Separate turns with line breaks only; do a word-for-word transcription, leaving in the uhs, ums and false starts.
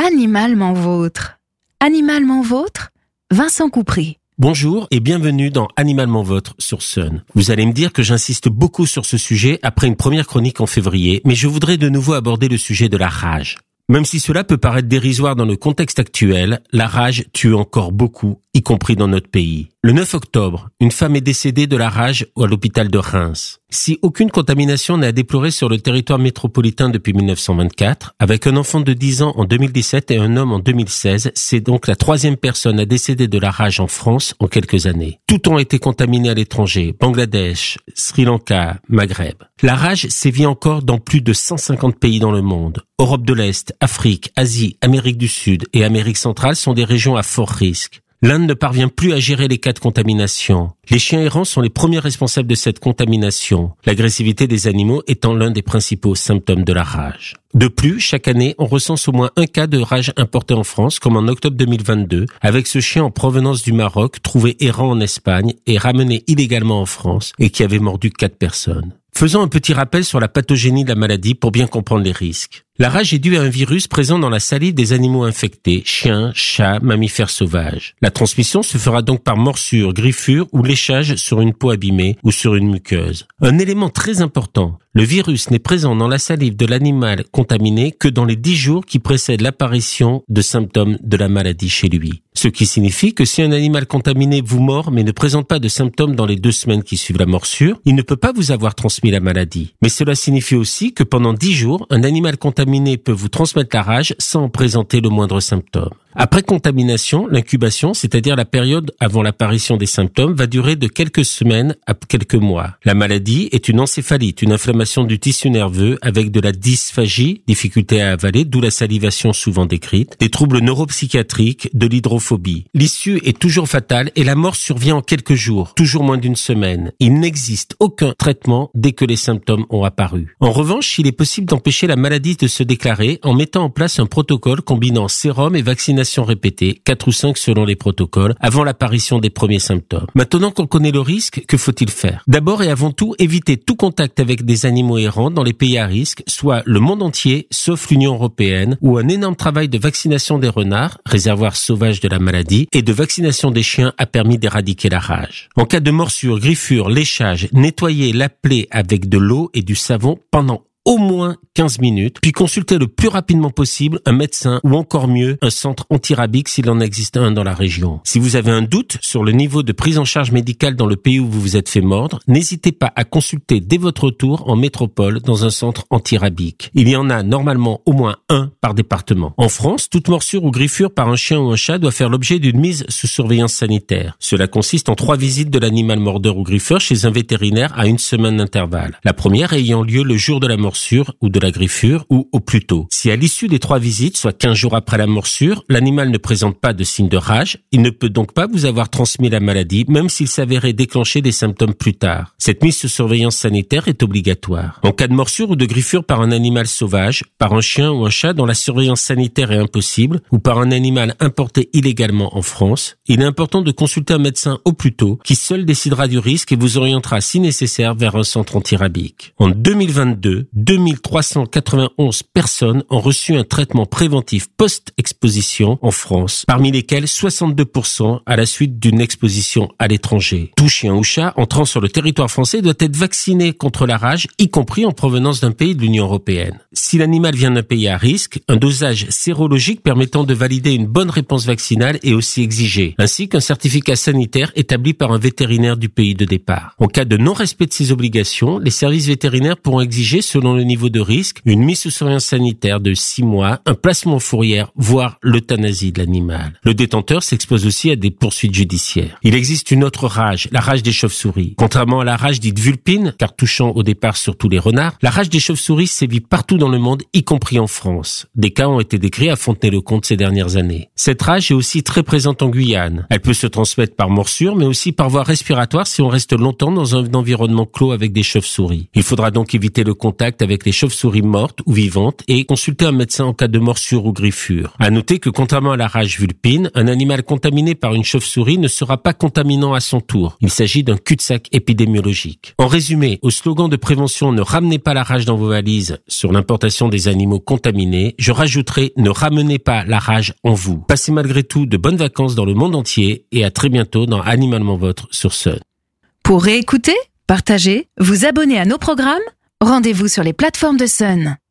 Animalement vôtre. Animalement vôtre, Vincent Coupry.
Bonjour et bienvenue dans Animalement Vôtre sur Sun. Vous allez me dire que j'insiste beaucoup sur ce sujet après une première chronique en février, mais je voudrais de nouveau aborder le sujet de la rage. Même si cela peut paraître dérisoire dans le contexte actuel, la rage tue encore beaucoup, y compris dans notre pays. Le neuf octobre, une femme est décédée de la rage à l'hôpital de Reims. Si aucune contamination n'est à déplorer sur le territoire métropolitain depuis mille neuf cent vingt-quatre, avec un enfant de dix ans en deux mille dix-sept et un homme en deux mille seize, c'est donc la troisième personne à décéder de la rage en France en quelques années. Tout ont été contaminés à l'étranger, Bangladesh, Sri Lanka, Maghreb. La rage sévit encore dans plus de cent cinquante pays dans le monde. Europe de l'Est, Afrique, Asie, Amérique du Sud et Amérique centrale sont des régions à fort risque. L'Inde ne parvient plus à gérer les cas de contamination. Les chiens errants sont les premiers responsables de cette contamination, l'agressivité des animaux étant l'un des principaux symptômes de la rage. De plus, chaque année, on recense au moins un cas de rage importé en France, comme en octobre deux mille vingt-deux, avec ce chien en provenance du Maroc, trouvé errant en Espagne et ramené illégalement en France, et qui avait mordu quatre personnes. Faisons un petit rappel sur la pathogénie de la maladie pour bien comprendre les risques. La rage est due à un virus présent dans la salive des animaux infectés, chiens, chats, mammifères sauvages. La transmission se fera donc par morsure, griffure ou léchage sur une peau abîmée ou sur une muqueuse. Un élément très important, le virus n'est présent dans la salive de l'animal contaminé que dans les dix jours qui précèdent l'apparition de symptômes de la maladie chez lui. Ce qui signifie que si un animal contaminé vous mord mais ne présente pas de symptômes dans les deux semaines qui suivent la morsure, il ne peut pas vous avoir transmis la maladie. Mais cela signifie aussi que pendant dix jours, un animal contaminé peut vous transmettre la rage sans en présenter le moindre symptôme. Après contamination, l'incubation, c'est-à-dire la période avant l'apparition des symptômes, va durer de quelques semaines à quelques mois. La maladie est une encéphalite, une inflammation du tissu nerveux avec de la dysphagie, difficulté à avaler, d'où la salivation souvent décrite, des troubles neuropsychiatriques, de l'hydrophobie. L'issue est toujours fatale et la mort survient en quelques jours, toujours moins d'une semaine. Il n'existe aucun traitement dès que les symptômes ont apparu. En revanche, il est possible d'empêcher la maladie de se déclarer en mettant en place un protocole combinant sérum et vaccination répétées, quatre ou cinq selon les protocoles, avant l'apparition des premiers symptômes. Maintenant qu'on connaît le risque, que faut-il faire? D'abord et avant tout, éviter tout contact avec des animaux errants dans les pays à risque, soit le monde entier, sauf l'Union européenne, où un énorme travail de vaccination des renards, réservoir sauvage de la maladie, et de vaccination des chiens a permis d'éradiquer la rage. En cas de morsure, griffure, léchage, nettoyez la plaie avec de l'eau et du savon pendant au moins quinze minutes, puis consultez le plus rapidement possible un médecin ou encore mieux, un centre antirabique s'il en existe un dans la région. Si vous avez un doute sur le niveau de prise en charge médicale dans le pays où vous vous êtes fait mordre, n'hésitez pas à consulter dès votre retour en métropole dans un centre antirabique. Il y en a normalement au moins un par département. En France, toute morsure ou griffure par un chien ou un chat doit faire l'objet d'une mise sous surveillance sanitaire. Cela consiste en trois visites de l'animal mordeur ou griffeur chez un vétérinaire à une semaine d'intervalle. La première ayant lieu le jour de la morsure ou de la griffure ou au plus tôt. Si à l'issue des trois visites, soit quinze jours après la morsure, l'animal ne présente pas de signe de rage, il ne peut donc pas vous avoir transmis la maladie, même s'il s'avérait déclencher des symptômes plus tard. Cette mise sous surveillance sanitaire est obligatoire. En cas de morsure ou de griffure par un animal sauvage, par un chien ou un chat dont la surveillance sanitaire est impossible, ou par un animal importé illégalement en France, il est important de consulter un médecin au plus tôt, qui seul décidera du risque et vous orientera si nécessaire vers un centre antirabique. En deux mille vingt-deux, deux mille trois cent quatre-vingt-onze personnes ont reçu un traitement préventif post-exposition en France, parmi lesquelles soixante-deux pour cent à la suite d'une exposition à l'étranger. Tout chien ou chat entrant sur le territoire français doit être vacciné contre la rage, y compris en provenance d'un pays de l'Union européenne. Si l'animal vient d'un pays à risque, un dosage sérologique permettant de valider une bonne réponse vaccinale est aussi exigé, ainsi qu'un certificat sanitaire établi par un vétérinaire du pays de départ. En cas de non-respect de ces obligations, les services vétérinaires pourront exiger, selon le niveau de risque, une mise sous surveillance sanitaire de six mois, un placement en fourrière, voire l'euthanasie de l'animal. Le détenteur s'expose aussi à des poursuites judiciaires. Il existe une autre rage, la rage des chauves-souris. Contrairement à la rage dite vulpine, car touchant au départ surtout les renards, la rage des chauves-souris sévit partout dans le monde, y compris en France. Des cas ont été décrits à Fontenay-le-Comte ces dernières années. Cette rage est aussi très présente en Guyane. Elle peut se transmettre par morsure, mais aussi par voie respiratoire si on reste longtemps dans un environnement clos avec des chauves-souris. Il faudra donc éviter le contact avec les chauves-souris chauve-souris morte ou vivante et consulter un médecin en cas de morsure ou griffure. À noter que contrairement à la rage vulpine, un animal contaminé par une chauve-souris ne sera pas contaminant à son tour. Il s'agit d'un cul-de-sac épidémiologique. En résumé, au slogan de prévention « Ne ramenez pas la rage dans vos valises » sur l'importation des animaux contaminés, je rajouterai « Ne ramenez pas la rage en vous ». Passez malgré tout de bonnes vacances dans le monde entier et à très bientôt dans Animalement Vôtre sur Sun.
Pour réécouter, partager, vous abonner à nos programmes, rendez-vous sur les plateformes de Sun.